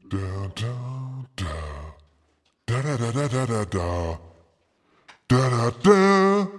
Da, da, da. Da, da, da, da, da, da, da. Da, da, da.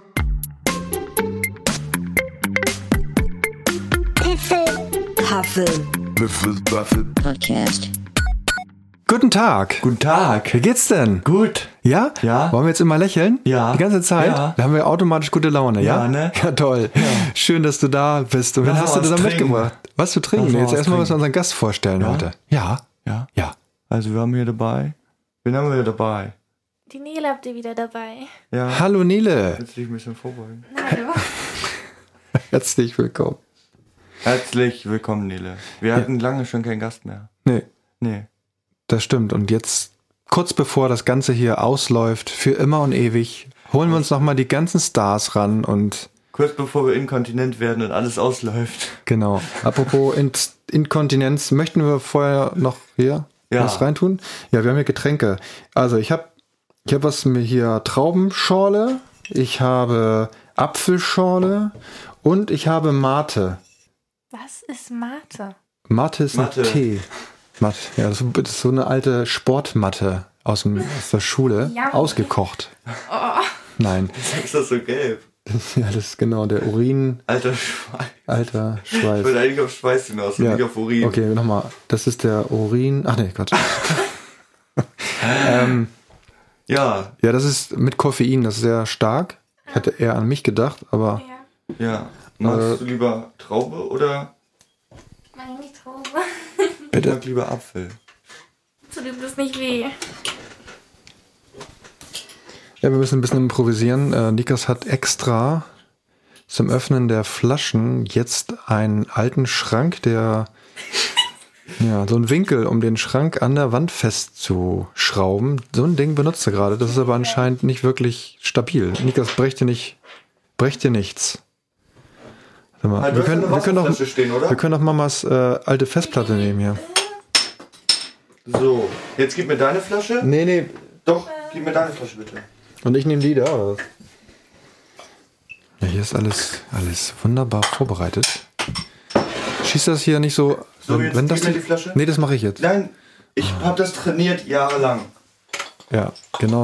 Huffel Podcast. Guten Tag. Guten Tag. Wie geht's denn? Gut. Ja? Ja. Wollen wir jetzt immer lächeln? Ja. Die ganze Zeit? Ja. Da haben wir automatisch gute Laune, ja? Ja, ne? Ja, toll. Ja. Schön, dass du da bist. Und wen Lass hast du mal denn da was trinken. mitgebracht? Was zu trinken? Lass mal Jetzt was erstmal müssen wir trinken. unseren Gast vorstellen Ja? heute. Ja. Ja. Ja. Also wir haben hier dabei. Wen haben wir hier dabei? Die Nele habt ihr wieder dabei. Ja. Hallo Nele. Jetzt dich ein bisschen vorbeugen. Hallo. Herzlich willkommen. Herzlich willkommen, Nele. Wir hatten lange schon keinen Gast mehr. Nee, Nee. das stimmt. Und jetzt, kurz bevor das Ganze hier ausläuft, für immer und ewig, holen wir uns nochmal die ganzen Stars ran und Kurz bevor wir inkontinent werden und alles ausläuft. genau. Apropos Inkontinenz, möchten wir vorher noch hier Ja. was reintun? Ja, wir haben hier Getränke. Also ich habe was mir hier Traubenschorle, ich habe Apfelschorle und ich habe Mate. Was ist Mate? Mate ist Mate. ein Tee. Mate, ja, das ist so eine alte Sportmatte aus der Schule, Ja. ausgekocht. Nein, Ist das so gelb? ja, das ist genau der Urin, Alter Schweiß. alter Ich Schweiß. wollte eigentlich auf Schweiß hinaus und Ja. nicht auf Urin. Okay, nochmal. Das ist der Urin. Ach nee, Gott. Ja. Ja, das ist mit Koffein, das ist sehr stark. Ich hätte eher an mich gedacht, aber Ja, Ja. Magst du lieber Traube oder meine Traube. ich bitte. mag lieber Apfel? Tut dir das nicht weh? Ja, wir müssen ein bisschen improvisieren. Nikas hat extra zum Öffnen der Flaschen jetzt einen alten Schrank, der ja, so einen Winkel, um den Schrank an der Wand festzuschrauben. So ein Ding benutzt er gerade. Das ist aber anscheinend nicht wirklich stabil. Nikas, brech dir nichts. Sag mal, Ah, du wir hast können, eine wir können doch, Wasserflasche stehen, oder? wir können doch Mamas alte Festplatte nehmen hier. So, jetzt gib mir deine Flasche. Nee. Doch, gib mir deine Flasche bitte. Und ich nehme die da, oder was? Ja, hier ist alles wunderbar vorbereitet. Schießt das hier nicht so... So, jetzt wenn das gib mir die Flasche. Nee, das mache ich jetzt. Nein, ich habe das trainiert jahrelang. Ja, genau.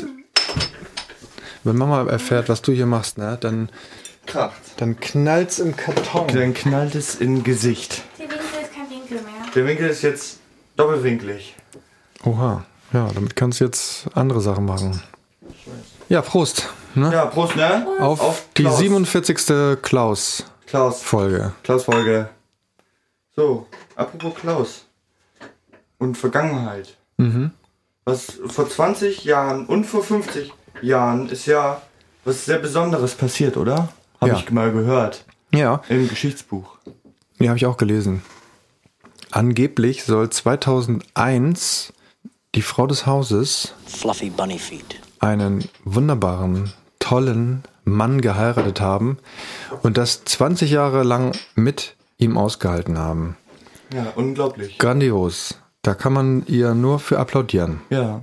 Wenn Mama erfährt, was du hier machst, ne, dann Kracht. knallt's im Karton. Dann knallt es in Gesicht. Der Winkel ist kein Winkel mehr. Der Winkel ist jetzt doppelwinklig. Oha. Ja, damit kannst du jetzt andere Sachen machen. Ja, Prost. Ne? Ja, Prost, ne? Auf die Klaus. 47. Klaus-Folge. Klaus-Folge. So, apropos Klaus. Und Vergangenheit. Was vor 20 Jahren und vor 50 Jahren ist ja was sehr Besonderes passiert, oder? Habe Ja. ich mal gehört. Ja, Im Geschichtsbuch. habe ich auch gelesen. Angeblich soll 2001 die Frau des Hauses Fluffy bunny feet. einen wunderbaren, tollen Mann geheiratet haben und das 20 Jahre lang mit ihm ausgehalten haben. Ja, unglaublich. Grandios. Da kann man ihr nur für applaudieren. Ja.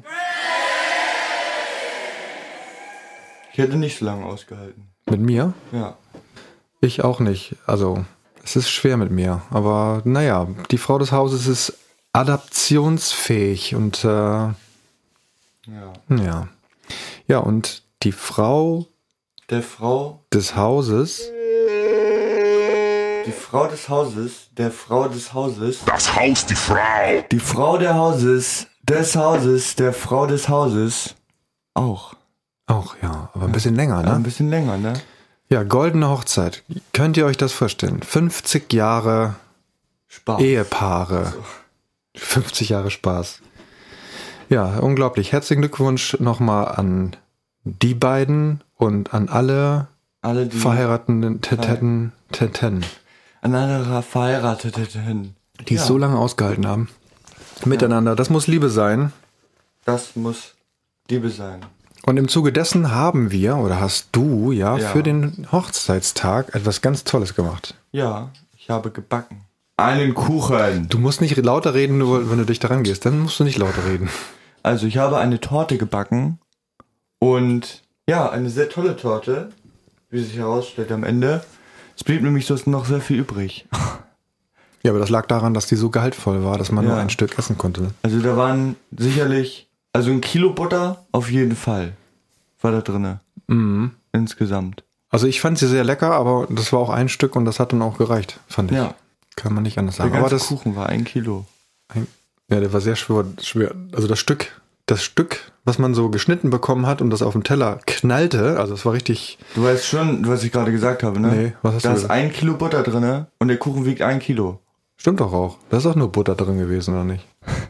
Ich hätte nicht so lange ausgehalten. Mit mir? Ja. Ich auch nicht. Also, es ist schwer mit mir. Aber naja, die Frau des Hauses ist adaptionsfähig und Ja. ja. Ja, und die Frau Der Frau, des Hauses, die Frau des Hauses, der Frau des Hauses, Das Haus, die Frau. die Frau der Hauses, des Hauses, der Frau des Hauses auch. auch ja, aber ein bisschen länger, Ja, ein ne? bisschen länger, ne? Ja, goldene Hochzeit. Könnt ihr euch das vorstellen? 50 Jahre Spaß. Ehepaare. 50 Jahre Spaß. Ja, unglaublich. Herzlichen Glückwunsch nochmal an die beiden und an alle Alle die verheirateten Tetten, aneinander Verheirateten. die es so lange ausgehalten haben. Miteinander. Das muss Liebe sein. Das muss Liebe sein. Und im Zuge dessen haben wir, oder hast du, ja, Ja. für den Hochzeitstag etwas ganz Tolles gemacht. Ja, ich habe gebacken. Einen Kuchen. Du musst nicht lauter reden, nur wenn du dich daran gehst. Dann musst du nicht lauter reden. Also ich habe eine Torte gebacken und ja, eine sehr tolle Torte, wie sich herausstellt am Ende. Es blieb nämlich sonst noch sehr viel übrig. Ja, aber das lag daran, dass die so gehaltvoll war, dass man nur ein Stück essen konnte. Also da waren sicherlich, also 1 Kilo Butter auf jeden Fall war da drinne. Insgesamt. Also ich fand sie sehr lecker, aber das war auch ein Stück und das hat dann auch gereicht, fand ich. Ja. Kann man nicht anders sagen. Der Aber ganze das Kuchen war 1 Kilo. Ja, der war sehr schwer. Also das Stück, was man so geschnitten bekommen hat und das auf dem Teller knallte, also es war richtig... Du weißt schon, was ich gerade gesagt habe, ne? Nee, was hast du Da ist gesagt? 1 Kilo Butter drinne und der Kuchen wiegt 1 Kilo. Stimmt doch auch. Da ist auch nur Butter drin gewesen, oder nicht?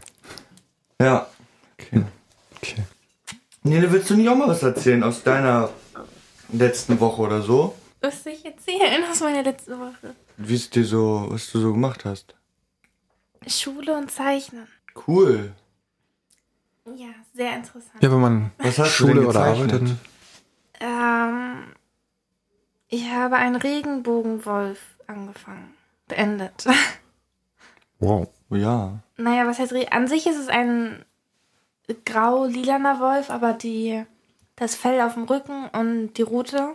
Ja. Okay. Okay. Nele, willst du nicht auch mal was erzählen aus deiner letzten Woche oder so? Was soll ich erzählen aus meiner letzten Woche? Was du so gemacht hast. Schule und Zeichnen. Cool. Ja, sehr interessant. Ja, wenn man Was hast du Schule denn oder gezeichnet? arbeitet... Ich habe einen Regenbogenwolf angefangen. Beendet. Wow. Oh ja. Naja, was heißt an sich ist es ein grau-lilaner Wolf, aber das Fell auf dem Rücken und die Rute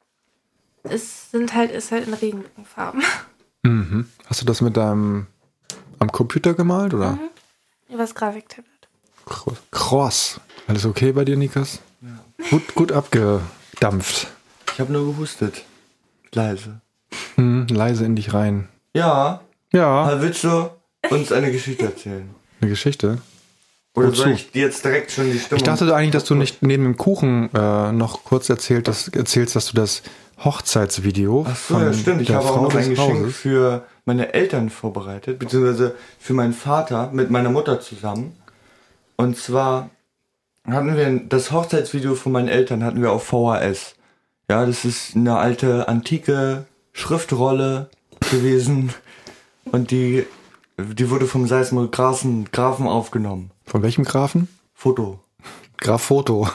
ist halt in Regenbogenfarben. Mhm. Hast du das mit deinem am Computer gemalt, oder? Übers Grafiktablet. Kross. Alles okay bei dir, Nikas? Ja. Gut abgedampft. Ich habe nur gehustet. Leise. Leise in dich rein. Ja. Ja, Aber willst du uns eine Geschichte erzählen? eine Geschichte. Oder Wozu? soll ich dir jetzt direkt schon die Stimmung... Ich dachte eigentlich, dass du nicht neben dem Kuchen noch kurz erzählst, dass du das Hochzeitsvideo Ach so, ja, stimmt. Ich der habe auch Frau noch ein des Geschenk Hauses. für meine Eltern vorbereitet, beziehungsweise für meinen Vater mit meiner Mutter zusammen. Und zwar hatten wir das Hochzeitsvideo von meinen Eltern hatten wir auf VHS. Ja, das ist eine alte, antike Schriftrolle gewesen. Und die wurde vom Seismografen aufgenommen. Von welchem Grafen? Foto. Graf Foto.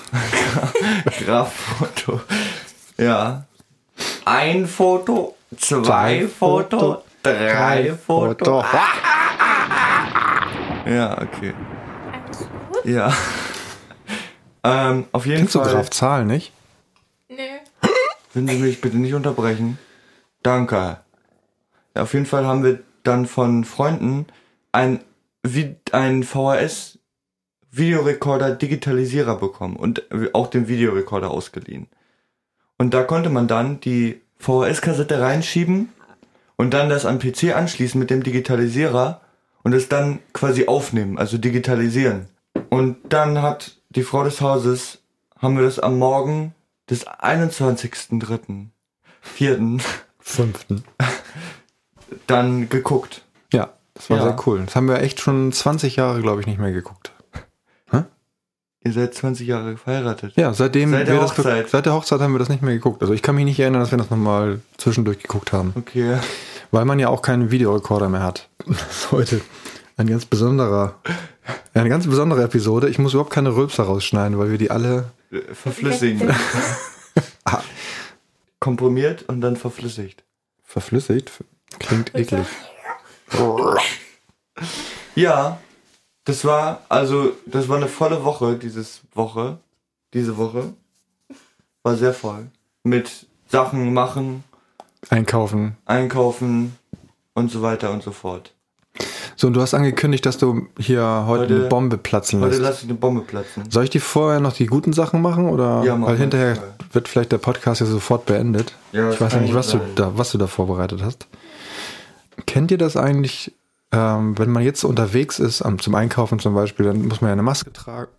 Graffoto. Ja. Ein Foto, 2 Foto, 3 Foto. Ja, okay. Ja. Auf jeden Kennst du Fall. Graf Zahl nicht? Nö. Würden Sie mich bitte nicht unterbrechen? Danke. Ja, auf jeden Fall haben wir dann von Freunden ein VHS Videorekorder Digitalisierer bekommen und auch den Videorekorder ausgeliehen. Und da konnte man dann die VHS-Kassette reinschieben und dann das am PC anschließen mit dem Digitalisierer und es dann quasi aufnehmen, also digitalisieren. Und dann hat die Frau des Hauses, haben wir das am Morgen des 21.3., 4. dann geguckt. Ja, das war Ja. sehr cool. Das haben wir echt schon 20 Jahre, glaube ich, nicht mehr geguckt. Ihr seid 20 Jahre verheiratet. Ja, seitdem Seit der wir Hochzeit. seit der Hochzeit haben wir das nicht mehr geguckt. Also ich kann mich nicht erinnern, dass wir das nochmal zwischendurch geguckt haben. Okay. Weil man ja auch keinen Videorekorder mehr hat. Das ist heute eine ganz besondere Episode. Ich muss überhaupt keine Rülpser rausschneiden, weil wir die alle... Verflüssigen. Komprimiert und dann verflüssigt. Verflüssigt? Klingt eklig. Ja, das war eine volle Woche, diese Woche. War sehr voll. Mit Sachen machen, Einkaufen. einkaufen und so weiter und so fort. So, und du hast angekündigt, dass du hier heute eine Bombe platzen Heute lässt. lasse ich eine Bombe platzen. Soll ich dir vorher noch die guten Sachen machen? Oder? Ja, mach weil mal. hinterher wird vielleicht der Podcast ja sofort beendet. Ja, das ich weiß ja kann nicht, gut was sein. du da vorbereitet hast. Kennt ihr das eigentlich, wenn man jetzt unterwegs ist, zum Einkaufen zum Beispiel, dann muss man ja eine Maske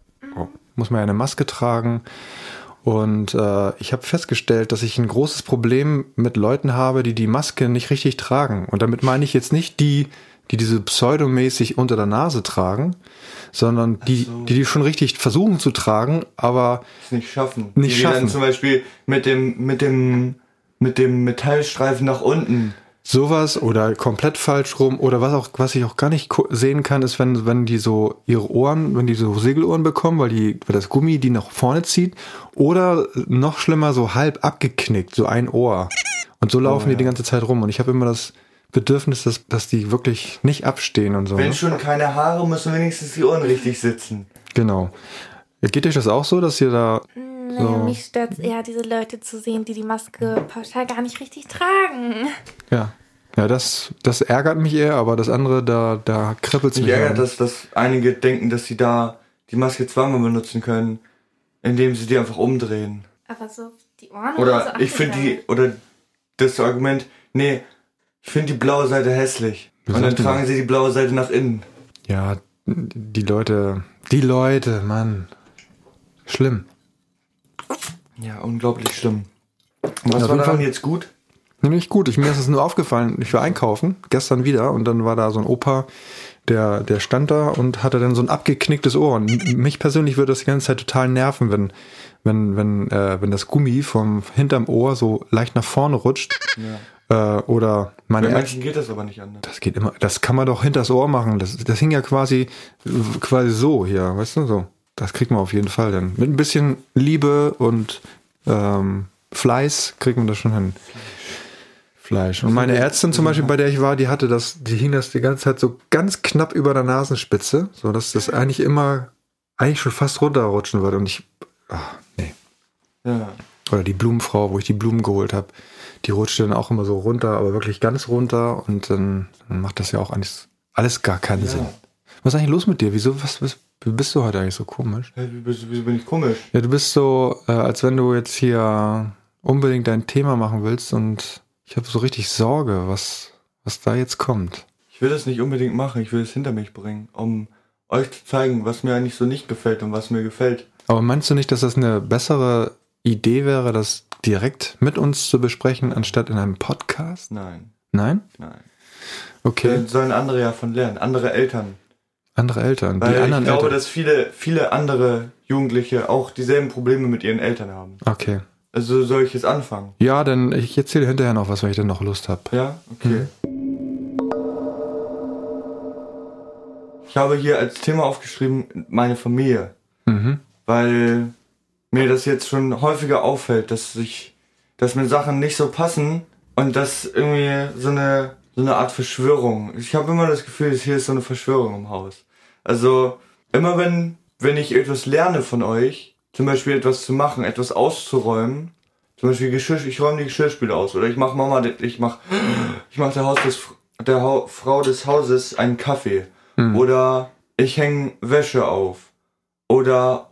tragen. Und ich habe festgestellt, dass ich ein großes Problem mit Leuten habe, die Maske nicht richtig tragen. Und damit meine ich jetzt nicht die diese pseudomäßig unter der Nase tragen, sondern die schon richtig versuchen zu tragen, aber Das nicht schaffen. Nicht die schaffen. dann zum Beispiel mit dem Metallstreifen nach unten. sowas oder komplett falsch rum oder was ich auch gar nicht sehen kann, ist, wenn die so ihre Ohren, wenn die so Segelohren bekommen, weil das Gummi die nach vorne zieht oder noch schlimmer so halb abgeknickt, so ein Ohr. Und so laufen die ganze Zeit rum und ich habe immer das Bedürfnis, dass die wirklich nicht abstehen und so. Wenn Ne? schon keine Haare, müssen wenigstens die Ohren richtig sitzen. Genau. Geht euch das auch so, dass ihr da Naja, mich stört es eher, diese Leute zu sehen, die Maske pauschal gar nicht richtig tragen. ja. Ja, das ärgert mich eher, aber das andere, da kribbelt es mich. Mich ärgert, dass einige denken, dass sie da die Maske zweimal benutzen können, indem sie die einfach umdrehen. Aber so die Ohren Oder so ich finde oder das Argument, nee, ich finde die blaue Seite hässlich. Was Und dann sagt denn tragen das? sie die blaue Seite nach innen. Ja, die Leute, Mann. Schlimm. Ja, unglaublich schlimm. Und Ja, was auf war jeden daran Fall. jetzt gut? Nämlich gut, mir ist es nur aufgefallen, ich war einkaufen, gestern wieder, und dann war da so ein Opa, der stand da und hatte dann so ein abgeknicktes Ohr. Und mich persönlich würde das die ganze Zeit total nerven, wenn das Gummi hinterm Ohr so leicht nach vorne rutscht. Ja. Oder Bei meine manchen geht das aber nicht anders. Das geht immer, das kann man doch hinters Ohr machen. Das hing ja quasi so hier, weißt du, so. Das kriegt man auf jeden Fall dann. Mit ein bisschen Liebe und Fleiß kriegt man das schon hin. Fleisch. Und meine Ärztin zum Beispiel, bei der ich war, die hing das die ganze Zeit so ganz knapp über der Nasenspitze, so dass das eigentlich schon fast runterrutschen würde. Und nee. Ja. Oder die Blumenfrau, wo ich die Blumen geholt habe, die rutschte dann auch immer so runter, aber wirklich ganz runter, und dann macht das ja auch alles gar keinen Sinn. Was ist eigentlich los mit dir? Wieso bist du heute eigentlich so komisch? Hey, wieso bin ich komisch? Ja, du bist so, als wenn du jetzt hier unbedingt dein Thema machen willst, und ich habe so richtig Sorge, was da jetzt kommt. Ich will das nicht unbedingt machen, ich will es hinter mich bringen, um euch zu zeigen, was mir eigentlich so nicht gefällt und was mir gefällt. Aber meinst du nicht, dass das eine bessere Idee wäre, das direkt mit uns zu besprechen, anstatt in einem Podcast? Nein. Nein? Nein. Okay. Da sollen andere ja von lernen, andere Eltern. Andere Eltern. Weil die anderen ich glaube, Eltern. dass viele andere Jugendliche auch dieselben Probleme mit ihren Eltern haben. Okay. Also soll ich jetzt anfangen? Ja, denn ich erzähle hinterher noch was, wenn ich dann noch Lust habe. Ja? Okay. Ich habe hier als Thema aufgeschrieben, meine Familie. Mhm. Weil mir das jetzt schon häufiger auffällt, dass mir Sachen nicht so passen und dass irgendwie so eine Art Verschwörung. Ich habe immer das Gefühl, hier ist so eine Verschwörung im Haus. Also immer wenn ich etwas lerne von euch, zum Beispiel etwas zu machen, etwas auszuräumen, zum Beispiel ich räume die Geschirrspüle aus, oder ich mache der Frau des Hauses einen Kaffee, oder ich hänge Wäsche auf, oder.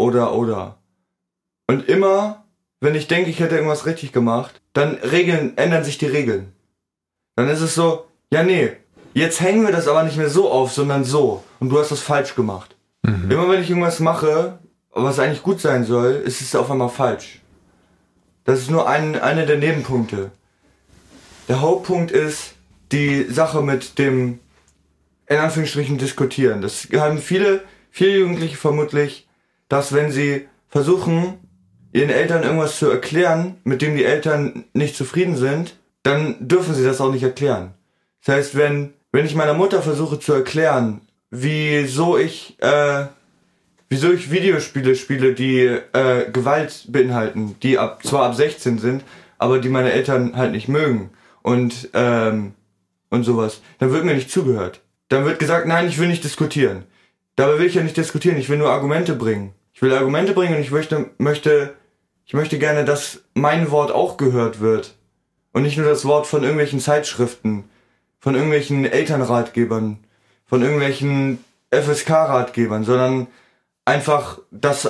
Und immer, wenn ich denke, ich hätte irgendwas richtig gemacht, dann ändern sich die Regeln. Dann ist es so, ja nee, jetzt hängen wir das aber nicht mehr so auf, sondern so. Und du hast das falsch gemacht. Immer wenn ich irgendwas mache, was eigentlich gut sein soll, ist es auf einmal falsch. Das ist nur eine der Nebenpunkte. Der Hauptpunkt ist die Sache mit dem, in Anführungsstrichen, Diskutieren. Das haben viele Jugendliche vermutlich, dass wenn sie versuchen, ihren Eltern irgendwas zu erklären, mit dem die Eltern nicht zufrieden sind, dann dürfen sie das auch nicht erklären. Das heißt, wenn ich meiner Mutter versuche zu erklären, wieso ich Videospiele spiele, die Gewalt beinhalten, die zwar ab 16 sind, aber die meine Eltern halt nicht mögen und sowas, dann wird mir nicht zugehört. Dann wird gesagt, nein, ich will nicht diskutieren. Dabei will ich ja nicht diskutieren, ich will nur Argumente bringen. Ich will Argumente bringen und ich möchte gerne, dass mein Wort auch gehört wird. Und nicht nur das Wort von irgendwelchen Zeitschriften, von irgendwelchen Elternratgebern, von irgendwelchen FSK-Ratgebern, sondern einfach, dass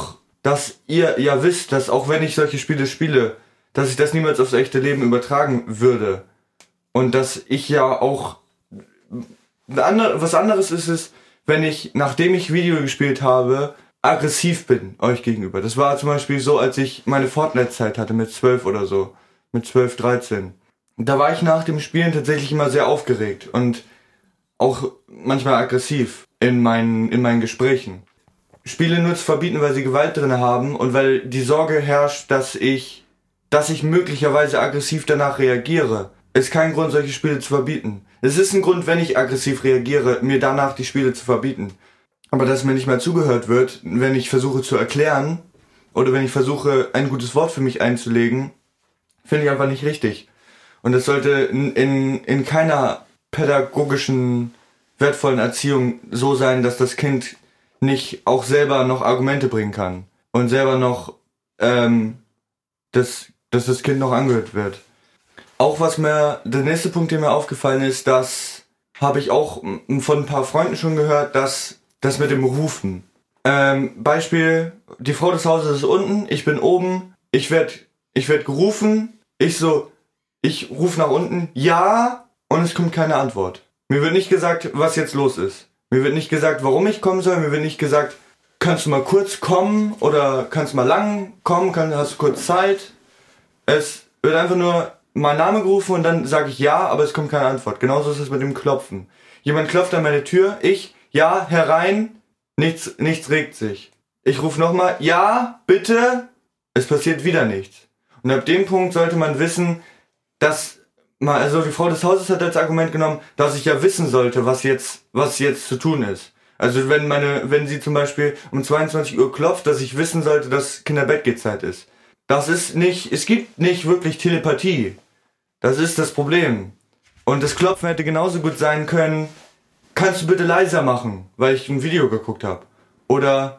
ihr ja wisst, dass auch wenn ich solche Spiele spiele, dass ich das niemals aufs echte Leben übertragen würde. Und dass ich ja auch... Was anderes ist es, wenn ich, nachdem ich Video gespielt habe, aggressiv bin euch gegenüber. Das war zum Beispiel so, als ich meine Fortnite-Zeit hatte mit 12 oder so. Mit 12, 13. Da war ich nach dem Spielen tatsächlich immer sehr aufgeregt und auch manchmal aggressiv in meinen Gesprächen. Spiele nur zu verbieten, weil sie Gewalt drin haben und weil die Sorge herrscht, dass ich möglicherweise aggressiv danach reagiere, ist kein Grund, solche Spiele zu verbieten. Es ist ein Grund, wenn ich aggressiv reagiere, mir danach die Spiele zu verbieten. Aber dass mir nicht mehr zugehört wird, wenn ich versuche zu erklären oder wenn ich versuche, ein gutes Wort für mich einzulegen, finde ich einfach nicht richtig. Und es sollte in keiner pädagogischen, wertvollen Erziehung so sein, dass das Kind nicht auch selber noch Argumente bringen kann. Und selber noch, dass das Kind noch angehört wird. Auch der nächste Punkt, der mir aufgefallen ist, das habe ich auch von ein paar Freunden schon gehört, dass das mit dem Rufen. Beispiel, die Frau des Hauses ist unten, ich bin oben, ich werd gerufen, ich rufe nach unten, ja, und es kommt keine Antwort. Mir wird nicht gesagt, was jetzt los ist. Mir wird nicht gesagt, warum ich kommen soll, mir wird nicht gesagt, kannst du mal kurz kommen oder kannst du mal lang kommen, hast du kurz Zeit. Es wird einfach nur mein Name gerufen und dann sage ich ja, aber es kommt keine Antwort. Genauso ist es mit dem Klopfen. Jemand klopft an meine Tür, ja, herein, nichts regt sich. Ich rufe nochmal, ja, bitte, es passiert wieder nichts. Und ab dem Punkt sollte man wissen, dass die Frau des Hauses hat als Argument genommen, dass ich ja wissen sollte, was jetzt zu tun ist. Also wenn sie zum Beispiel um 22 Uhr klopft, dass ich wissen sollte, dass Kinderbettgehzeit ist. Es gibt nicht wirklich Telepathie. Das ist das Problem. Und das Klopfen hätte genauso gut sein können, kannst du bitte leiser machen, weil ich ein Video geguckt habe. Oder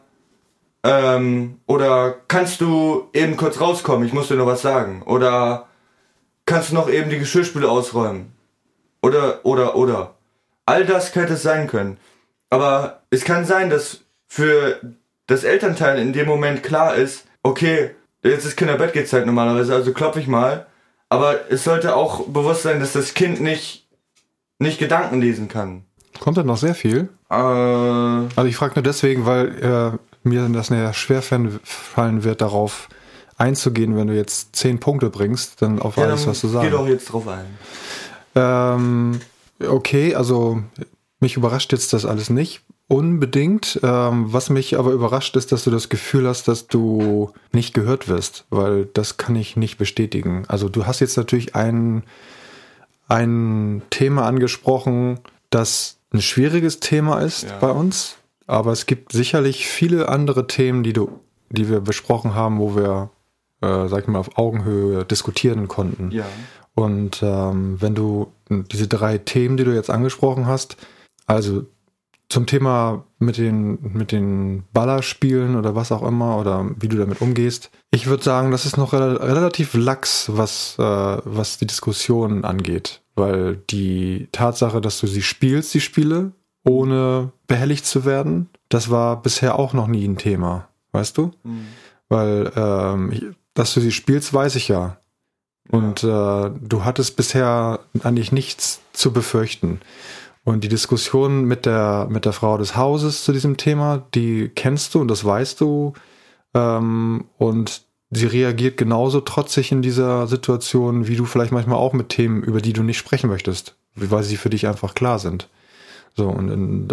kannst du eben kurz rauskommen, ich muss dir noch was sagen. Oder kannst du noch eben die Geschirrspüle ausräumen. Oder. All das hätte es sein können. Aber es kann sein, dass für das Elternteil in dem Moment klar ist, okay, jetzt ist Kinderbettgehzeit normalerweise, also klopfe ich mal. Aber es sollte auch bewusst sein, dass das Kind nicht Gedanken lesen kann. Kommt da noch sehr viel? Also ich frage nur deswegen, weil mir das näher schwer fallen wird, darauf einzugehen, wenn du jetzt 10 Punkte bringst, dann auf alles, was du sagst. Geh doch jetzt drauf ein. Okay, also mich überrascht jetzt das alles nicht unbedingt. Was mich aber überrascht ist, dass du das Gefühl hast, dass du nicht gehört wirst, weil das kann ich nicht bestätigen. Also du hast jetzt natürlich ein Thema angesprochen, das ein schwieriges Thema ist bei uns, aber es gibt sicherlich viele andere Themen, die wir besprochen haben, wo wir, sag ich mal, auf Augenhöhe diskutieren konnten. Ja. Und wenn du diese 3 Themen, die du jetzt angesprochen hast, also zum Thema mit den Ballerspielen oder was auch immer oder wie du damit umgehst. Ich würde sagen, das ist noch relativ lax, was die Diskussion angeht. Weil die Tatsache, dass du sie spielst, die Spiele, ohne behelligt zu werden, das war bisher auch noch nie ein Thema. Weißt du? Mhm. Weil, dass du sie spielst, weiß ich ja. Und du hattest bisher eigentlich nichts zu befürchten. Und die Diskussion mit der Frau des Hauses zu diesem Thema, die kennst du und das weißt du. Und sie reagiert genauso trotzig in dieser Situation, wie du vielleicht manchmal auch mit Themen, über die du nicht sprechen möchtest, weil sie für dich einfach klar sind. So, und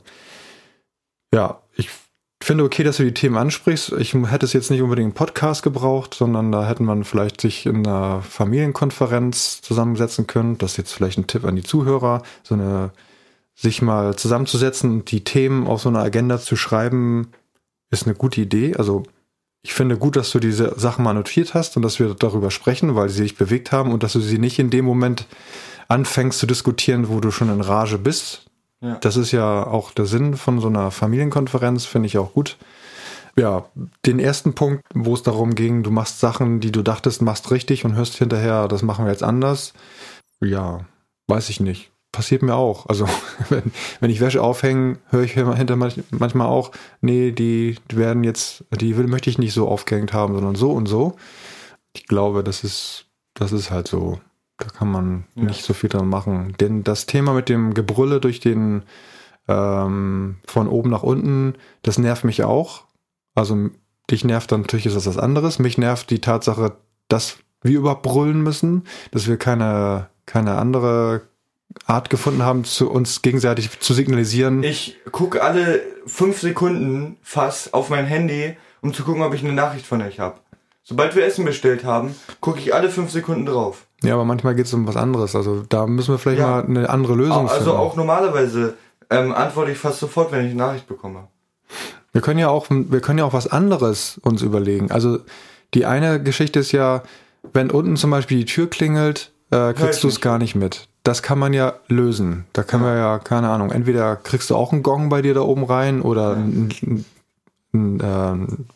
ich finde okay, dass du die Themen ansprichst. Ich hätte es jetzt nicht unbedingt einen Podcast gebraucht, sondern da hätten man vielleicht sich in einer Familienkonferenz zusammensetzen können. Das ist jetzt vielleicht ein Tipp an die Zuhörer, sich mal zusammenzusetzen und die Themen auf so einer Agenda zu schreiben, ist eine gute Idee. Also ich finde gut, dass du diese Sachen mal notiert hast und dass wir darüber sprechen, weil sie dich bewegt haben und dass du sie nicht in dem Moment anfängst zu diskutieren, wo du schon in Rage bist. Ja. Das ist ja auch der Sinn von so einer Familienkonferenz, finde ich auch gut. Ja, den ersten Punkt, wo es darum ging, du machst Sachen, die du dachtest, machst richtig und hörst hinterher, das machen wir jetzt anders. Ja, weiß ich nicht. Passiert mir auch. Also wenn ich Wäsche aufhänge, höre ich hinter manchmal auch, nee, die möchte ich nicht so aufgehängt haben, sondern so und so. Ich glaube, das ist halt so. Da kann man nicht so viel dran machen. Denn das Thema mit dem Gebrülle durch den von oben nach unten, das nervt mich auch. Also dich nervt dann natürlich ist das was anderes. Mich nervt die Tatsache, dass wir überhaupt brüllen müssen, dass wir keine andere Art gefunden haben, zu uns gegenseitig zu signalisieren. Ich gucke alle 5 Sekunden fast auf mein Handy, um zu gucken, ob ich eine Nachricht von euch habe. Sobald wir Essen bestellt haben, gucke ich alle 5 Sekunden drauf. Ja, aber manchmal geht es um was anderes. Also da müssen wir vielleicht mal eine andere Lösung finden. Also auch normalerweise antworte ich fast sofort, wenn ich eine Nachricht bekomme. Wir können ja auch was anderes uns überlegen. Also die eine Geschichte ist ja, wenn unten zum Beispiel die Tür klingelt, kriegst du es gar nicht mit. Das kann man ja lösen. Da kann man ja, keine Ahnung, entweder kriegst du auch einen Gong bei dir da oben rein oder ein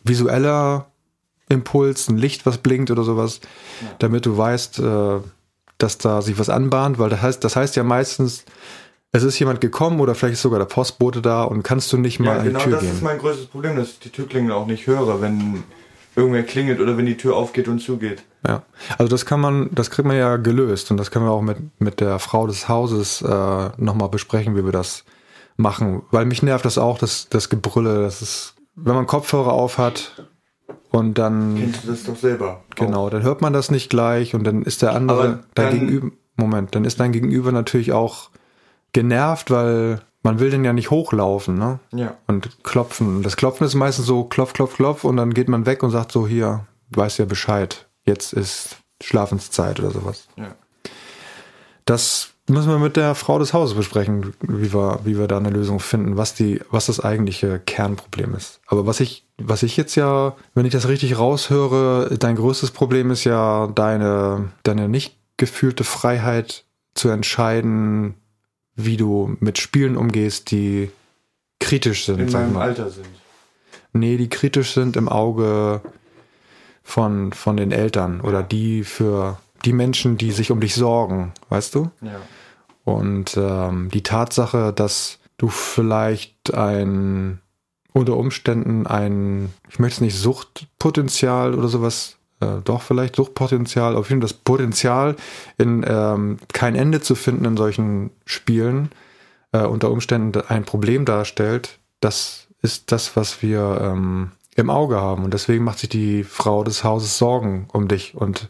visueller Impuls, ein Licht, was blinkt oder sowas, damit du weißt, dass da sich was anbahnt, weil das heißt ja meistens, es ist jemand gekommen oder vielleicht ist sogar der Postbote da und kannst du nicht mal an die Tür gehen. Genau, das ist mein größtes Problem, dass ich die Türklingel auch nicht höre, wenn irgendwer klingelt oder wenn die Tür aufgeht und zugeht. Ja, also das kriegt man ja gelöst und das können wir auch mit der Frau des Hauses nochmal besprechen, wie wir das machen. Weil mich nervt das auch, das Gebrülle, das ist, wenn man Kopfhörer auf hat und dann... Kennst du das doch selber? Genau, dann hört man das nicht gleich und dann ist der andere, dann ist dein Gegenüber natürlich auch genervt, weil man will den ja nicht hochlaufen, ne? Ja. Und klopfen. Das Klopfen ist meistens so klopf, klopf, klopf und dann geht man weg und sagt so, hier, weiß ja Bescheid, jetzt ist Schlafenszeit oder sowas. Ja. Das müssen wir mit der Frau des Hauses besprechen, wie wir da eine Lösung finden, was das eigentliche Kernproblem ist. Aber was ich jetzt ja, wenn ich das richtig raushöre, dein größtes Problem ist ja deine nicht gefühlte Freiheit zu entscheiden, wie du mit Spielen umgehst, die kritisch sind. In meinem Alter sind. Nee, die kritisch sind im Auge von den Eltern oder die für die Menschen, die sich um dich sorgen, weißt du? Ja. Und die Tatsache, dass du vielleicht unter Umständen ich möchte es nicht Suchtpotenzial oder sowas, doch vielleicht Suchtpotenzial, auf jeden Fall das Potenzial, in kein Ende zu finden in solchen Spielen, unter Umständen ein Problem darstellt, das ist das, was wir im Auge haben. Und deswegen macht sich die Frau des Hauses Sorgen um dich. Und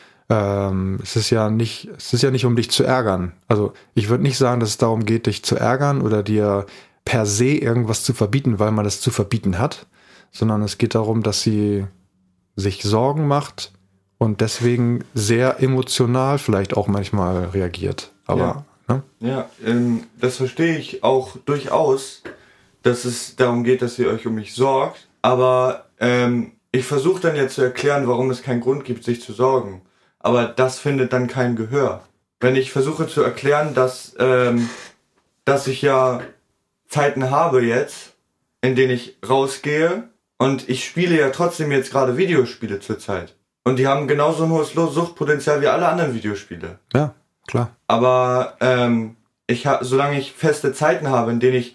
es ist ja nicht um dich zu ärgern. Also ich würde nicht sagen, dass es darum geht, dich zu ärgern oder dir per se irgendwas zu verbieten, weil man das zu verbieten hat, sondern es geht darum, dass sie sich Sorgen macht und deswegen sehr emotional vielleicht auch manchmal reagiert. Aber ja, das verstehe ich auch durchaus, dass es darum geht, dass ihr euch um mich sorgt. Aber ich versuche dann jetzt zu erklären, warum es keinen Grund gibt, sich zu sorgen. Aber das findet dann kein Gehör. Wenn ich versuche zu erklären, dass ich ja Zeiten habe jetzt, in denen ich rausgehe und ich spiele ja trotzdem jetzt gerade Videospiele zurzeit. Und die haben genauso ein hohes Suchtpotenzial wie alle anderen Videospiele. Ja, klar. Aber solange ich feste Zeiten habe, in denen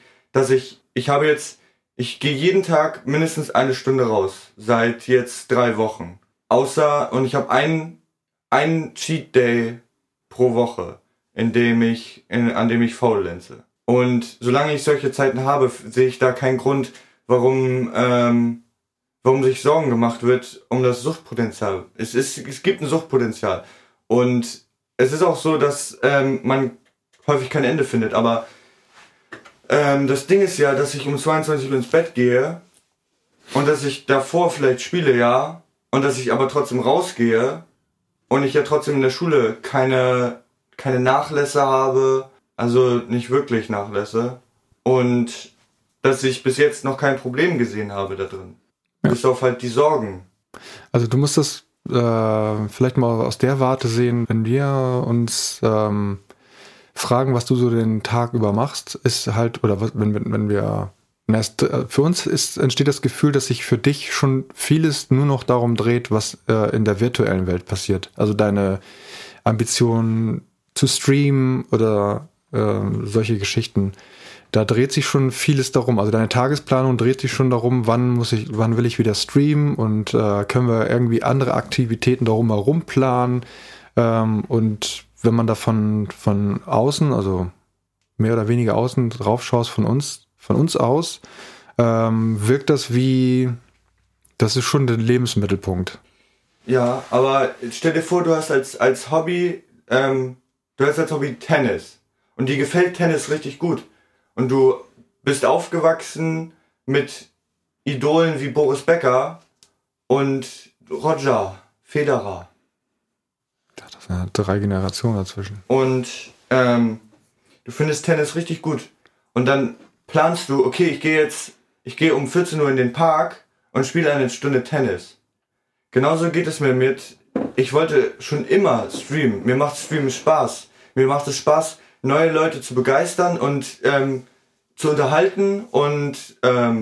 ich gehe jeden Tag mindestens 1 Stunde raus, seit jetzt 3 Wochen. Und ich habe einen Cheat Day pro Woche, an dem ich faulenze. Und solange ich solche Zeiten habe, sehe ich da keinen Grund, warum sich Sorgen gemacht wird um das Suchtpotenzial. Es gibt ein Suchtpotenzial. Und es ist auch so, dass man häufig kein Ende findet. Aber das Ding ist ja, dass ich um 22 Uhr ins Bett gehe und dass ich davor vielleicht spiele, ja, und dass ich aber trotzdem rausgehe und ich ja trotzdem in der Schule keine Nachlässe habe, also nicht wirklich Nachlässe, und dass ich bis jetzt noch kein Problem gesehen habe da drin. Ja. Bis auf halt die Sorgen. Also du musst das vielleicht mal aus der Warte sehen, wenn wir uns fragen, was du so den Tag über machst, ist halt, oder wenn wir, für uns entsteht das Gefühl, dass sich für dich schon vieles nur noch darum dreht, was in der virtuellen Welt passiert. Also deine Ambition zu streamen oder solche Geschichten. Da dreht sich schon vieles darum. Also deine Tagesplanung dreht sich schon darum, wann will ich wieder streamen und können wir irgendwie andere Aktivitäten darum herum planen. Und wenn man da von außen, also mehr oder weniger außen drauf schaust, von uns aus, wirkt das das ist schon der Lebensmittelpunkt. Ja, aber stell dir vor, du hast als Hobby Tennis. Und dir gefällt Tennis richtig gut. Und du bist aufgewachsen mit Idolen wie Boris Becker und Roger Federer. Das sind ja 3 Generationen dazwischen. Und du findest Tennis richtig gut. Und dann planst du, okay, ich gehe um 14 Uhr in den Park und spiele 1 Stunde Tennis. Genauso geht es mir ich wollte schon immer streamen. Mir macht Streamen Spaß. Mir macht es Spaß, neue Leute zu begeistern und zu unterhalten und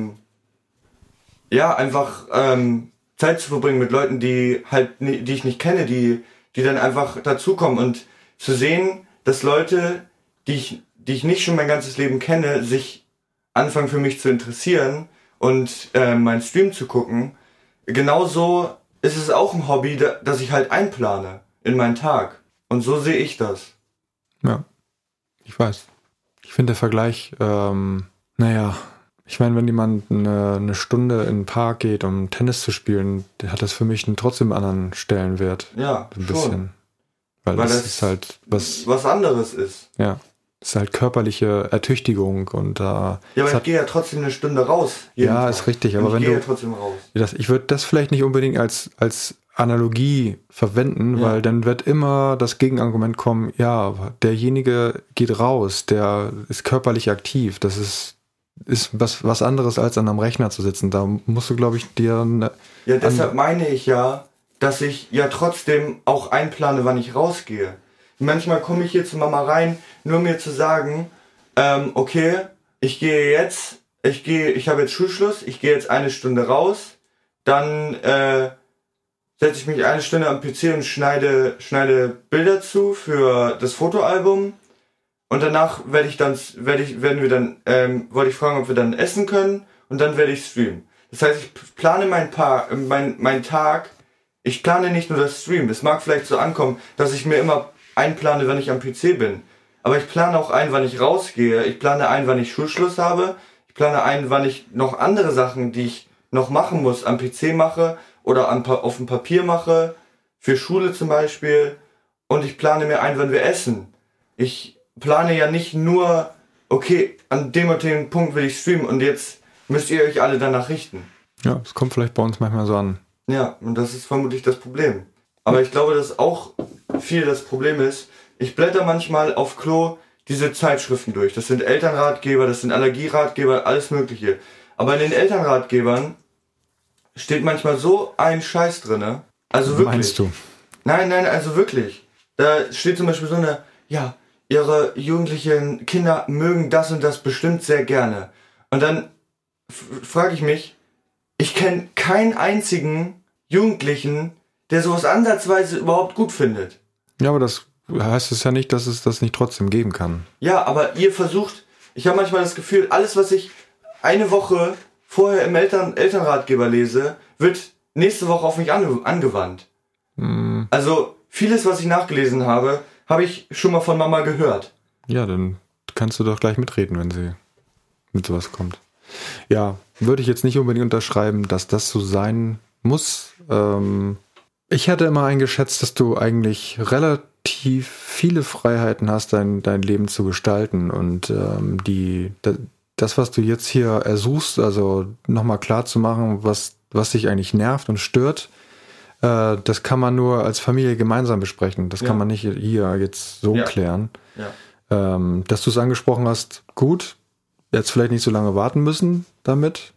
einfach Zeit zu verbringen mit Leuten, die ich nicht kenne, die dann einfach dazukommen. Und zu sehen, dass Leute, die ich nicht schon mein ganzes Leben kenne, sich anfangen für mich zu interessieren und meinen Stream zu gucken. Genauso ist es auch ein Hobby, das ich halt einplane in meinen Tag. Und so sehe ich das. Ja, ich weiß. Ich finde der Vergleich, ich meine, wenn jemand eine Stunde in den Park geht, um Tennis zu spielen, der hat das für mich trotzdem einen anderen Stellenwert. Ja, ein schon. bisschen. Weil das ist halt was anderes ist. Ja, das ist halt körperliche Ertüchtigung und ja, aber ich gehe ja trotzdem eine Stunde raus. Ja, Tag. ist richtig. Aber wenn ich gehe ja trotzdem raus. Ich würde das vielleicht nicht unbedingt als Analogie verwenden, weil dann wird immer das Gegenargument kommen, ja, derjenige geht raus, der ist körperlich aktiv. Das ist was anderes, als an einem Rechner zu sitzen. Da musst du, glaube ich, dir... Ja, deshalb meine ich ja, dass ich ja trotzdem auch einplane, wann ich rausgehe. Manchmal komme ich hier zu Mama rein, nur mir zu sagen, okay, ich habe jetzt Schulschluss, ich gehe jetzt 1 Stunde raus, dann setze ich mich 1 Stunde am PC und schneide Bilder zu für das Fotoalbum. Und danach wollte ich fragen, ob wir dann essen können, und dann werde ich streamen. Das heißt, ich plane meinen Tag, ich plane nicht nur das Stream. Es mag vielleicht so ankommen, dass ich mir immer einplane, wenn ich am PC bin. Aber ich plane auch ein, wann ich rausgehe. Ich plane ein, wann ich Schulschluss habe. Ich plane ein, wann ich noch andere Sachen, die ich noch machen muss, am PC mache oder auf dem Papier mache. Für Schule zum Beispiel. Und ich plane mir ein, wann wir essen. Ich plane ja nicht nur, okay, an dem und dem Punkt will ich streamen und jetzt müsst ihr euch alle danach richten. Ja, es kommt vielleicht bei uns manchmal so an. Ja, und das ist vermutlich das Problem. Aber ich glaube, dass auch viel das Problem ist, ich blätter manchmal auf Klo diese Zeitschriften durch. Das sind Elternratgeber, das sind Allergieratgeber, alles Mögliche. Aber in den Elternratgebern steht manchmal so ein Scheiß drinne. Also wirklich. Meinst du? Nein, also wirklich. Da steht zum Beispiel so eine, ja, ihre jugendlichen Kinder mögen das und das bestimmt sehr gerne. Und dann frage ich mich, ich kenne keinen einzigen Jugendlichen, der sowas ansatzweise überhaupt gut findet. Ja, aber das heißt es ja nicht, dass es das nicht trotzdem geben kann. Ja, aber ihr versucht, ich habe manchmal das Gefühl, alles, was ich eine Woche vorher im Elternratgeber lese, wird nächste Woche auf mich angewandt. Also vieles, was ich nachgelesen habe ich schon mal von Mama gehört. Ja, dann kannst du doch gleich mitreden, wenn sie mit sowas kommt. Ja, würde ich jetzt nicht unbedingt unterschreiben, dass das so sein muss. Ich hatte immer eingeschätzt, dass du eigentlich relativ viele Freiheiten hast, dein Leben zu gestalten. Und das, was du jetzt hier ersuchst, also nochmal klar zu machen, was dich eigentlich nervt und stört, das kann man nur als Familie gemeinsam besprechen. Das kann man nicht hier jetzt so klären. Ja. Dass du es angesprochen hast, gut. Jetzt vielleicht nicht so lange warten müssen damit.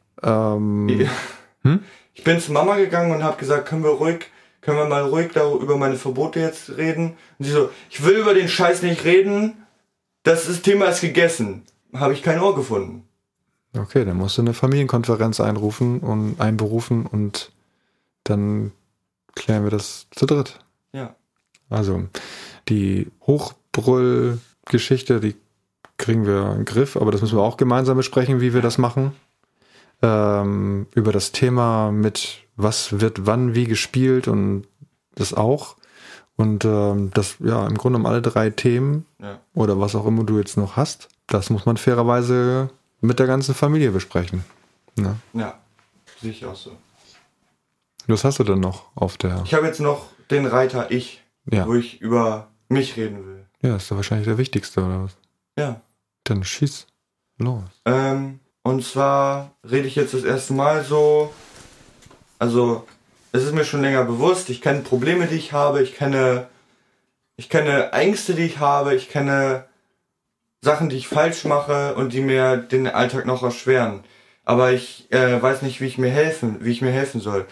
Ich bin zu Mama gegangen und habe gesagt, können wir mal ruhig über meine Verbote jetzt reden? Und sie so, ich will über den Scheiß nicht reden. Das Thema ist gegessen. Habe ich kein Ohr gefunden. Okay, dann musst du eine Familienkonferenz einberufen und dann klären wir das zu dritt. Ja. Also, die Hochbrüll-Geschichte, die kriegen wir in den Griff, aber das müssen wir auch gemeinsam besprechen, wie wir das machen. Über das Thema mit was wird wann wie gespielt und das auch. Und das, ja, im Grunde um alle 3 Themen oder was auch immer du jetzt noch hast, das muss man fairerweise mit der ganzen Familie besprechen. Ne? Ja, sehe ich auch so. Was hast du denn noch auf der... Ich habe jetzt noch den Reiter wo ich über mich reden will. Ja, ist doch wahrscheinlich der wichtigste, oder was? Ja. Dann schieß los. Und zwar rede ich jetzt das erste Mal so, also es ist mir schon länger bewusst, ich kenne Probleme, die ich habe, ich kenne Ängste, die ich habe, ich kenne Sachen, die ich falsch mache und die mir den Alltag noch erschweren. Aber ich weiß nicht, wie ich mir helfen soll.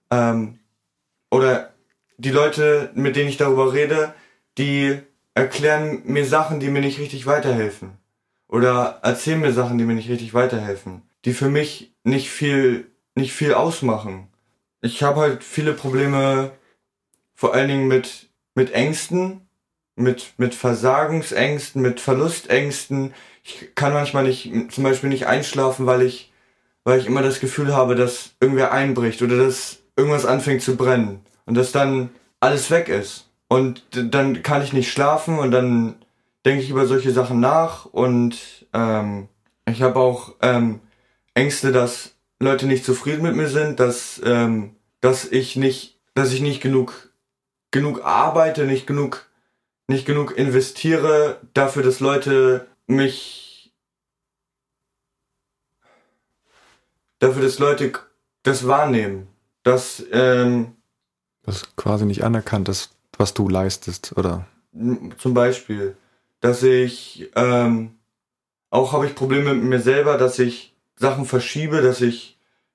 Oder die Leute, mit denen ich darüber rede, die erklären mir Sachen, die mir nicht richtig weiterhelfen. Oder erzählen mir Sachen, die mir nicht richtig weiterhelfen. Die für mich nicht viel ausmachen. Ich habe halt viele Probleme, vor allen Dingen mit Ängsten, mit Versagensängsten, mit Verlustängsten. Ich kann manchmal zum Beispiel nicht einschlafen, weil ich immer das Gefühl habe, dass irgendwer einbricht oder dass irgendwas anfängt zu brennen und dass dann alles weg ist. Und dann kann ich nicht schlafen und dann denke ich über solche Sachen nach und ich habe auch Ängste, dass Leute nicht zufrieden mit mir sind, dass ich nicht genug arbeite, nicht genug investiere dafür, dass Leute das wahrnehmen, dass Was quasi nicht anerkannt ist, was du leistest, oder? zum Beispiel, dass ich auch habe ich Probleme mit mir selber, dass ich Sachen verschiebe, dass ich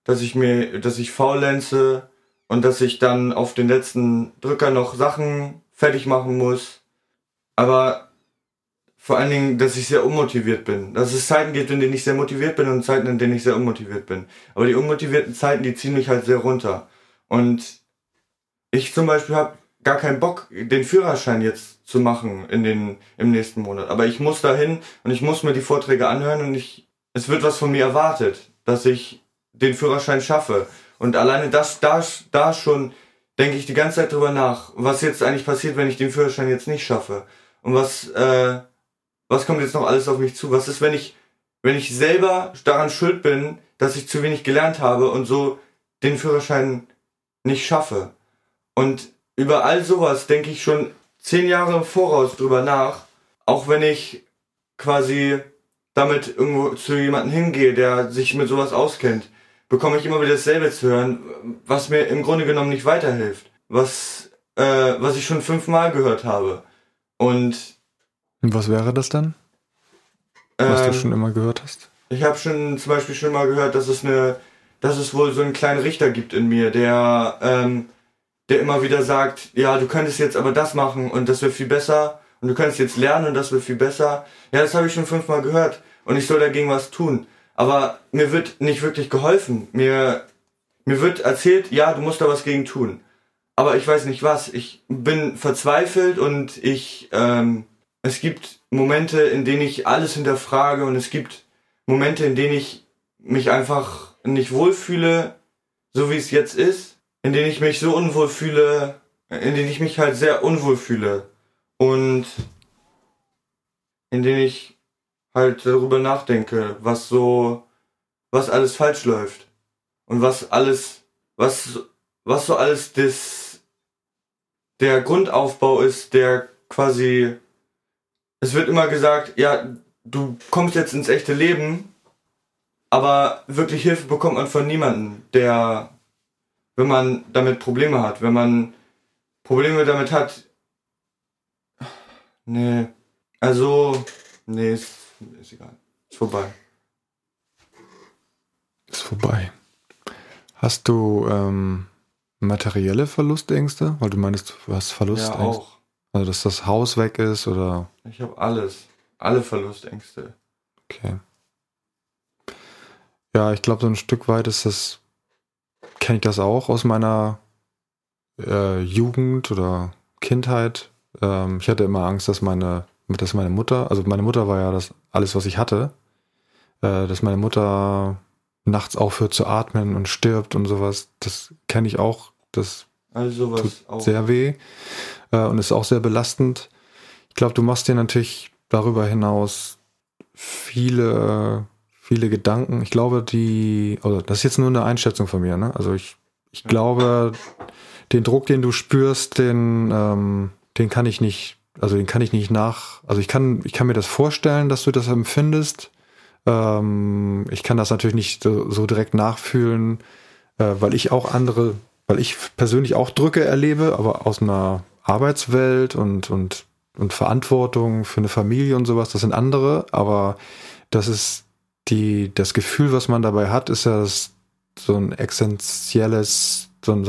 faulenze und dass ich dann auf den letzten Drücker noch Sachen fertig machen muss. Aber vor allen Dingen, dass ich sehr unmotiviert bin. Dass es Zeiten gibt, in denen ich sehr motiviert bin und Zeiten, in denen ich sehr unmotiviert bin. Aber die unmotivierten Zeiten, die ziehen mich halt sehr runter. Und ich zum Beispiel habe gar keinen Bock, den Führerschein jetzt zu machen im nächsten Monat. Aber ich muss dahin und ich muss mir die Vorträge anhören und es wird was von mir erwartet, dass ich den Führerschein schaffe. Und alleine da schon denke ich die ganze Zeit drüber nach, was jetzt eigentlich passiert, wenn ich den Führerschein jetzt nicht schaffe. Und was kommt jetzt noch alles auf mich zu? Was ist, wenn ich selber daran schuld bin, dass ich zu wenig gelernt habe und so den Führerschein nicht schaffe? Und über all sowas denke ich schon 10 Jahre im Voraus drüber nach, auch wenn ich quasi damit irgendwo zu jemandem hingehe, der sich mit sowas auskennt, bekomme ich immer wieder dasselbe zu hören, was mir im Grunde genommen nicht weiterhilft, was ich schon 5-mal gehört habe. Und was wäre das dann? Was du schon immer gehört hast? Ich habe zum Beispiel schon mal gehört, dass es wohl so einen kleinen Richter gibt in mir, der immer wieder sagt, ja, du könntest jetzt aber das machen und das wäre viel besser und du könntest jetzt lernen und das wäre viel besser. Ja, das habe ich schon 5-mal gehört und ich soll dagegen was tun. Aber mir wird nicht wirklich geholfen. Mir wird erzählt, ja, du musst da was gegen tun. Aber ich weiß nicht was. Ich bin verzweifelt und es gibt Momente, in denen ich alles hinterfrage und es gibt Momente, in denen ich mich einfach nicht wohlfühle, so wie es jetzt ist, in denen ich mich so unwohl fühle, in denen ich mich halt sehr unwohl fühle und in denen ich halt darüber nachdenke, was alles falsch läuft und was so alles der Grundaufbau ist, der quasi, es wird immer gesagt, ja, du kommst jetzt ins echte Leben, aber wirklich Hilfe bekommt man von niemandem, wenn man damit Probleme hat, wenn man Probleme damit hat, ist egal, ist vorbei. Ist vorbei. Hast du materielle Verlustängste? Weil du meinst, du hast Verlustängste. Ja, auch. Also, dass das Haus weg ist oder... Ich habe alle Verlustängste. Okay. Ja, ich glaube, so ein Stück weit kenne ich das auch aus meiner Jugend oder Kindheit. Ich hatte immer Angst, dass meine Mutter, also meine Mutter war ja das alles, was ich hatte, dass meine Mutter nachts aufhört zu atmen und stirbt und sowas. Das kenne ich auch. Das tut auch sehr weh und ist auch sehr belastend. Ich glaube, du machst dir natürlich darüber hinaus viele Gedanken. Ich glaube, das ist jetzt nur eine Einschätzung von mir, ne? Also ich glaube, den Druck, den du spürst, den kann ich nicht also ich kann mir das vorstellen, dass du das empfindest. Ich kann das natürlich nicht so direkt nachfühlen, weil ich persönlich auch Drücke erlebe, aber aus einer Arbeitswelt und Verantwortung für eine Familie und sowas, das sind andere, aber das ist das Gefühl, was man dabei hat, ist ja so ein essentielles,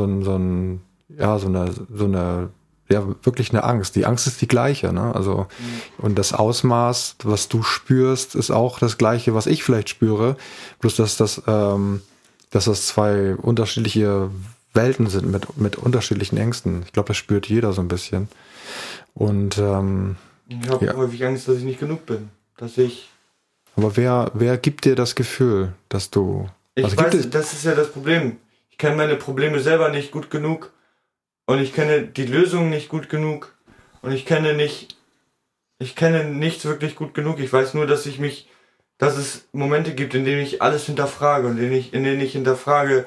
wirklich eine Angst. Die Angst ist die gleiche, ne? Also, und das Ausmaß, was du spürst, ist auch das gleiche, was ich vielleicht spüre. Bloß, dass das zwei unterschiedliche Welten sind mit unterschiedlichen Ängsten. Ich glaube, das spürt jeder so ein bisschen. Und Ich habe häufig Angst, dass ich nicht genug bin. Aber wer gibt dir das Gefühl, dass du... Ich weiß, das ist ja das Problem. Ich kenne meine Probleme selber nicht gut genug. Und ich kenne die Lösungen nicht gut genug. Und ich kenne nichts wirklich gut genug. Ich weiß nur, dass es Momente gibt, in denen ich alles hinterfrage und in denen ich hinterfrage,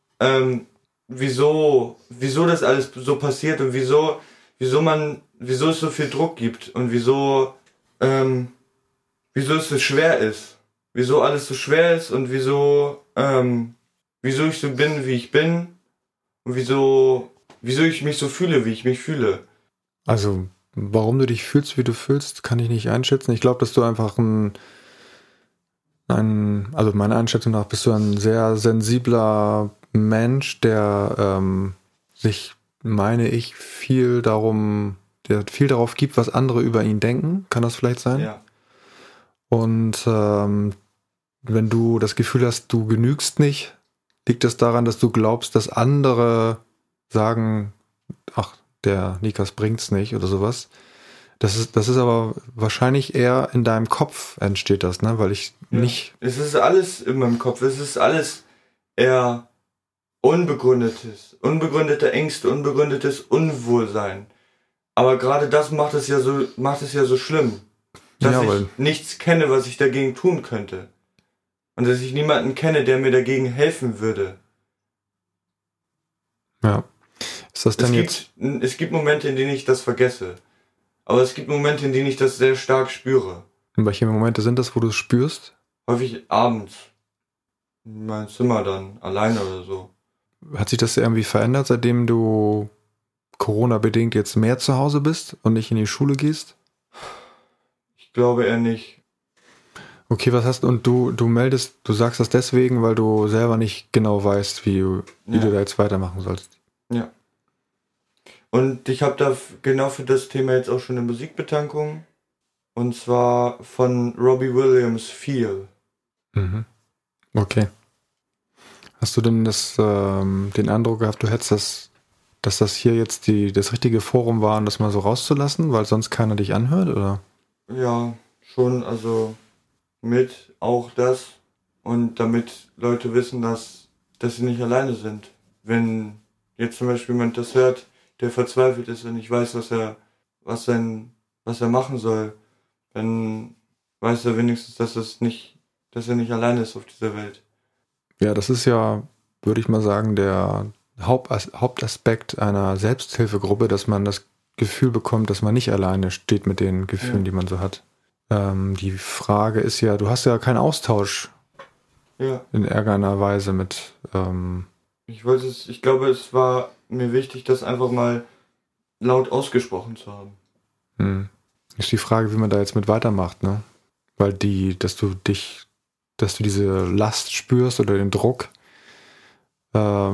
wieso das alles so passiert und wieso es so viel Druck gibt und wieso es so schwer ist. Wieso alles so schwer ist und wieso ich so bin, wie ich bin und wieso ich mich so fühle, wie ich mich fühle. Also, warum du dich fühlst, wie du fühlst, kann ich nicht einschätzen. Ich glaube, dass du einfach also meiner Einschätzung nach bist du ein sehr sensibler Mensch, der sich, meine ich, viel darauf gibt, was andere über ihn denken. Kann das vielleicht sein? Ja. Und wenn du das Gefühl hast, du genügst nicht, liegt das daran, dass du glaubst, dass andere sagen, ach, der Nikas bringt's nicht oder sowas. Das ist aber wahrscheinlich eher in deinem Kopf entsteht das, ne? Weil ich nicht... Es ist alles in meinem Kopf. Es ist alles eher unbegründete Ängste, unbegründetes Unwohlsein. Aber gerade das macht es ja so schlimm. Dass ich nichts kenne, was ich dagegen tun könnte. Und dass ich niemanden kenne, der mir dagegen helfen würde. Ja. Ist das denn Es gibt Momente, in denen ich das vergesse. Aber es gibt Momente, in denen ich das sehr stark spüre. Und welche Momente sind das, wo du es spürst? Häufig abends. In meinem Zimmer dann, alleine oder so. Hat sich das irgendwie verändert, seitdem du Corona-bedingt jetzt mehr zu Hause bist und nicht in die Schule gehst? Ich glaube eher nicht. Okay, und du sagst das deswegen, weil du selber nicht genau weißt, wie du da jetzt weitermachen sollst. Ja. Und ich habe da genau für das Thema jetzt auch schon eine Musikbetankung. Und zwar von Robbie Williams, Feel. Mhm. Okay. Hast du denn den Eindruck gehabt, du hättest dass das hier jetzt das richtige Forum war, das mal so rauszulassen, weil sonst keiner dich anhört, oder? Ja, schon, also mit auch das und damit Leute wissen, dass sie nicht alleine sind. Wenn jetzt zum Beispiel jemand das hört, der verzweifelt ist und nicht weiß, was er machen soll, dann weiß er wenigstens, dass er nicht alleine ist auf dieser Welt. Ja, das ist ja, würde ich mal sagen, der Hauptaspekt einer Selbsthilfegruppe, dass man das Gefühl bekommt, dass man nicht alleine steht mit den Gefühlen, die man so hat. Die Frage ist ja, du hast ja keinen Austausch in irgendeiner Weise mit... Ich glaube, es war mir wichtig, das einfach mal laut ausgesprochen zu haben. Ist die Frage, wie man da jetzt mit weitermacht, ne? Weil dass du diese Last spürst oder den Druck, da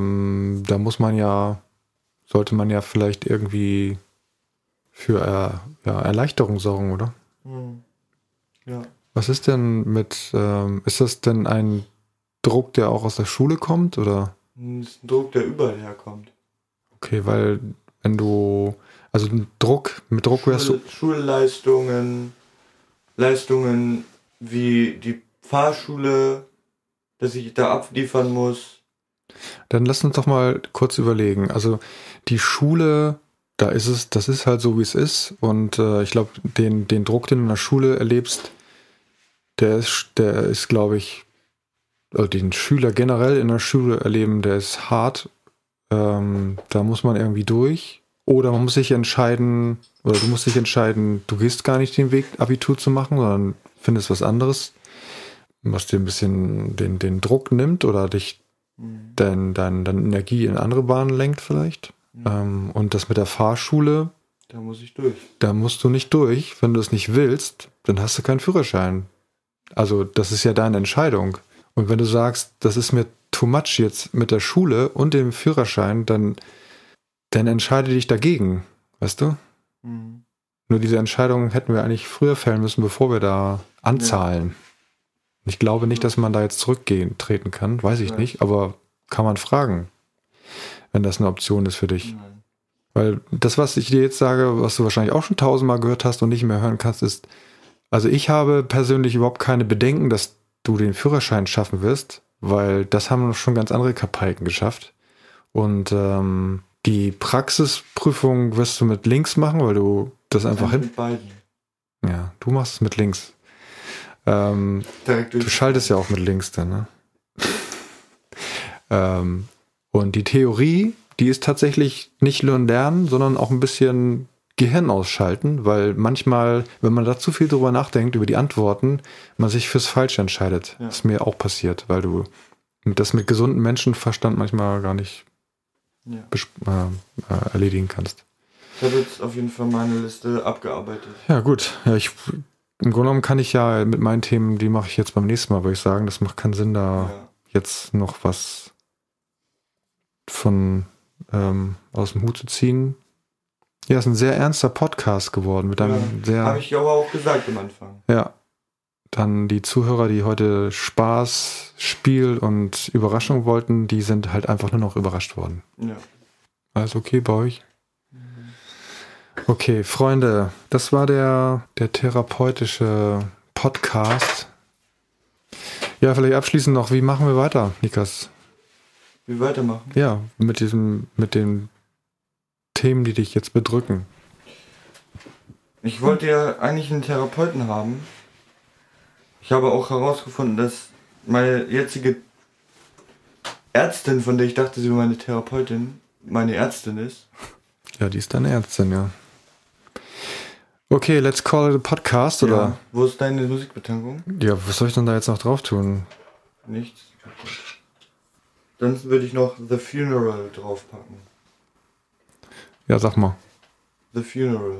sollte man ja vielleicht irgendwie für Erleichterung sorgen, oder? Ja. Was ist denn ist das denn ein Druck, der auch aus der Schule kommt, oder? Das ist ein Druck, der überall herkommt. Okay, weil mit Druck wärst du... Schulleistungen, Leistungen wie die Fahrschule, dass ich da abliefern muss. Dann lass uns doch mal kurz überlegen. Also die Schule, das ist halt so, wie es ist. Und ich glaube, den Druck, den du in der Schule erlebst, der ist, glaube ich, also den Schüler generell in der Schule erleben, der ist hart. Da muss man irgendwie durch. Oder man muss sich entscheiden, du gehst gar nicht den Weg, Abitur zu machen, sondern findest was anderes, was dir ein bisschen den Druck nimmt oder dich deine Energie in andere Bahnen lenkt vielleicht. Und das mit der Fahrschule, da muss ich durch. Da musst du nicht durch. Wenn du es nicht willst, dann hast du keinen Führerschein. Also das ist ja deine Entscheidung. Und wenn du sagst, das ist mir too much jetzt mit der Schule und dem Führerschein, dann entscheide dich dagegen, weißt du? Nur diese Entscheidung hätten wir eigentlich früher fällen müssen, bevor wir da anzahlen. Ich glaube nicht, dass man da jetzt zurücktreten kann, weiß ich nicht, aber kann man fragen. wenn das eine Option ist für dich. Nein. Weil das, was ich dir jetzt sage, was du wahrscheinlich auch schon 1000-mal gehört hast und nicht mehr hören kannst, ist, also ich habe persönlich überhaupt keine Bedenken, dass du den Führerschein schaffen wirst, weil das haben schon ganz andere Kapaiken geschafft. Und die Praxisprüfung wirst du mit links machen, weil du das einfach Mit beiden. Ja, du machst es mit links. Direkt Du schaltest ja auch mit links dann, ne? Und die Theorie, die ist tatsächlich nicht nur lernen, sondern auch ein bisschen Gehirn ausschalten, weil manchmal, wenn man da zu viel drüber nachdenkt, über die Antworten, man sich fürs Falsche entscheidet. Ja. Das ist mir auch passiert, weil du das mit gesundem Menschenverstand manchmal gar nicht erledigen kannst. Ich habe jetzt auf jeden Fall meine Liste abgearbeitet. Ja, gut. Ja, im Grunde genommen kann ich ja mit meinen Themen, die mache ich jetzt beim nächsten Mal, würde ich sagen. Das macht keinen Sinn, da jetzt noch was von aus dem Hut zu ziehen. Ja, ist ein sehr ernster Podcast geworden mit einem sehr. Habe ich aber auch gesagt am Anfang. Ja. Dann die Zuhörer, die heute Spaß, Spiel und Überraschung wollten, die sind halt einfach nur noch überrascht worden. Ja. Alles okay bei euch? Okay, Freunde, das war der therapeutische Podcast. Ja, vielleicht abschließend noch, wie machen wir weiter, Nikas? Wie weitermachen? Ja, mit den Themen, die dich jetzt bedrücken. Ich wollte ja eigentlich einen Therapeuten haben. Ich habe auch herausgefunden, dass meine jetzige Ärztin, von der ich dachte, sie wäre meine Therapeutin, meine Ärztin ist. Ja, die ist deine Ärztin, ja. Okay, let's call it a podcast, oder? Ja. Wo ist deine Musikbetankung? Ja, was soll ich denn da jetzt noch drauf tun? Nichts. Dann würde ich noch The Funeral draufpacken. Ja, sag mal. The Funeral.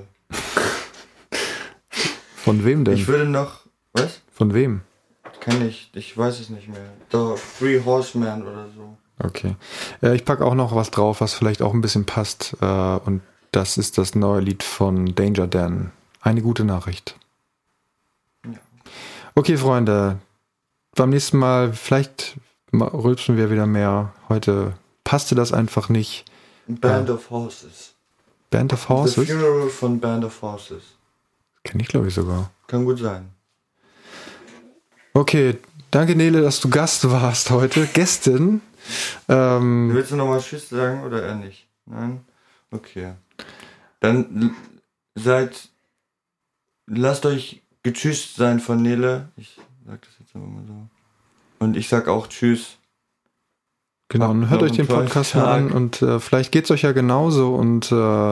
Von wem denn? Ich würde noch... Was? Von wem? Kenn ich weiß es nicht mehr. The Three Horsemen oder so. Okay. Ich packe auch noch was drauf, was vielleicht auch ein bisschen passt. Und das ist das neue Lied von Danger Dan. Eine gute Nachricht. Ja. Okay, Freunde. Beim nächsten Mal, vielleicht rülpsen wir wieder mehr. Heute passte das einfach nicht. Band of Horses. Band of The Horses? Funeral von Band of Horses. Kenn ich, glaube ich, sogar. Kann gut sein. Okay, danke Nele, dass du Gast warst heute. Gästin. Willst du nochmal Tschüss sagen oder eher nicht? Nein? Okay. Dann lasst euch getschüsst sein von Nele. Ich sag das jetzt einfach mal so. Und ich sag auch Tschüss. Genau, und hört euch den Podcast mal an und vielleicht geht's euch ja genauso und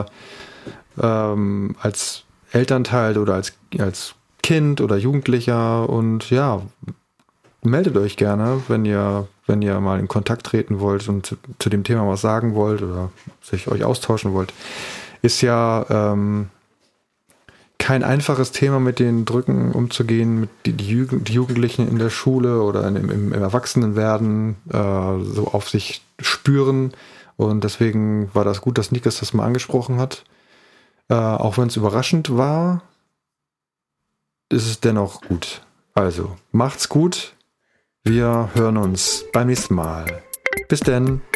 als Elternteil oder als Kind oder Jugendlicher und ja, meldet euch gerne, wenn ihr mal in Kontakt treten wollt und zu dem Thema was sagen wollt oder sich euch austauschen wollt. Ist ja kein einfaches Thema, mit den Drücken umzugehen, mit die Jugendlichen in der Schule oder im Erwachsenenwerden so auf sich spüren. Und deswegen war das gut, dass Nikas das mal angesprochen hat. Auch wenn es überraschend war, ist es dennoch gut. Also, macht's gut. Wir hören uns beim nächsten Mal. Bis denn.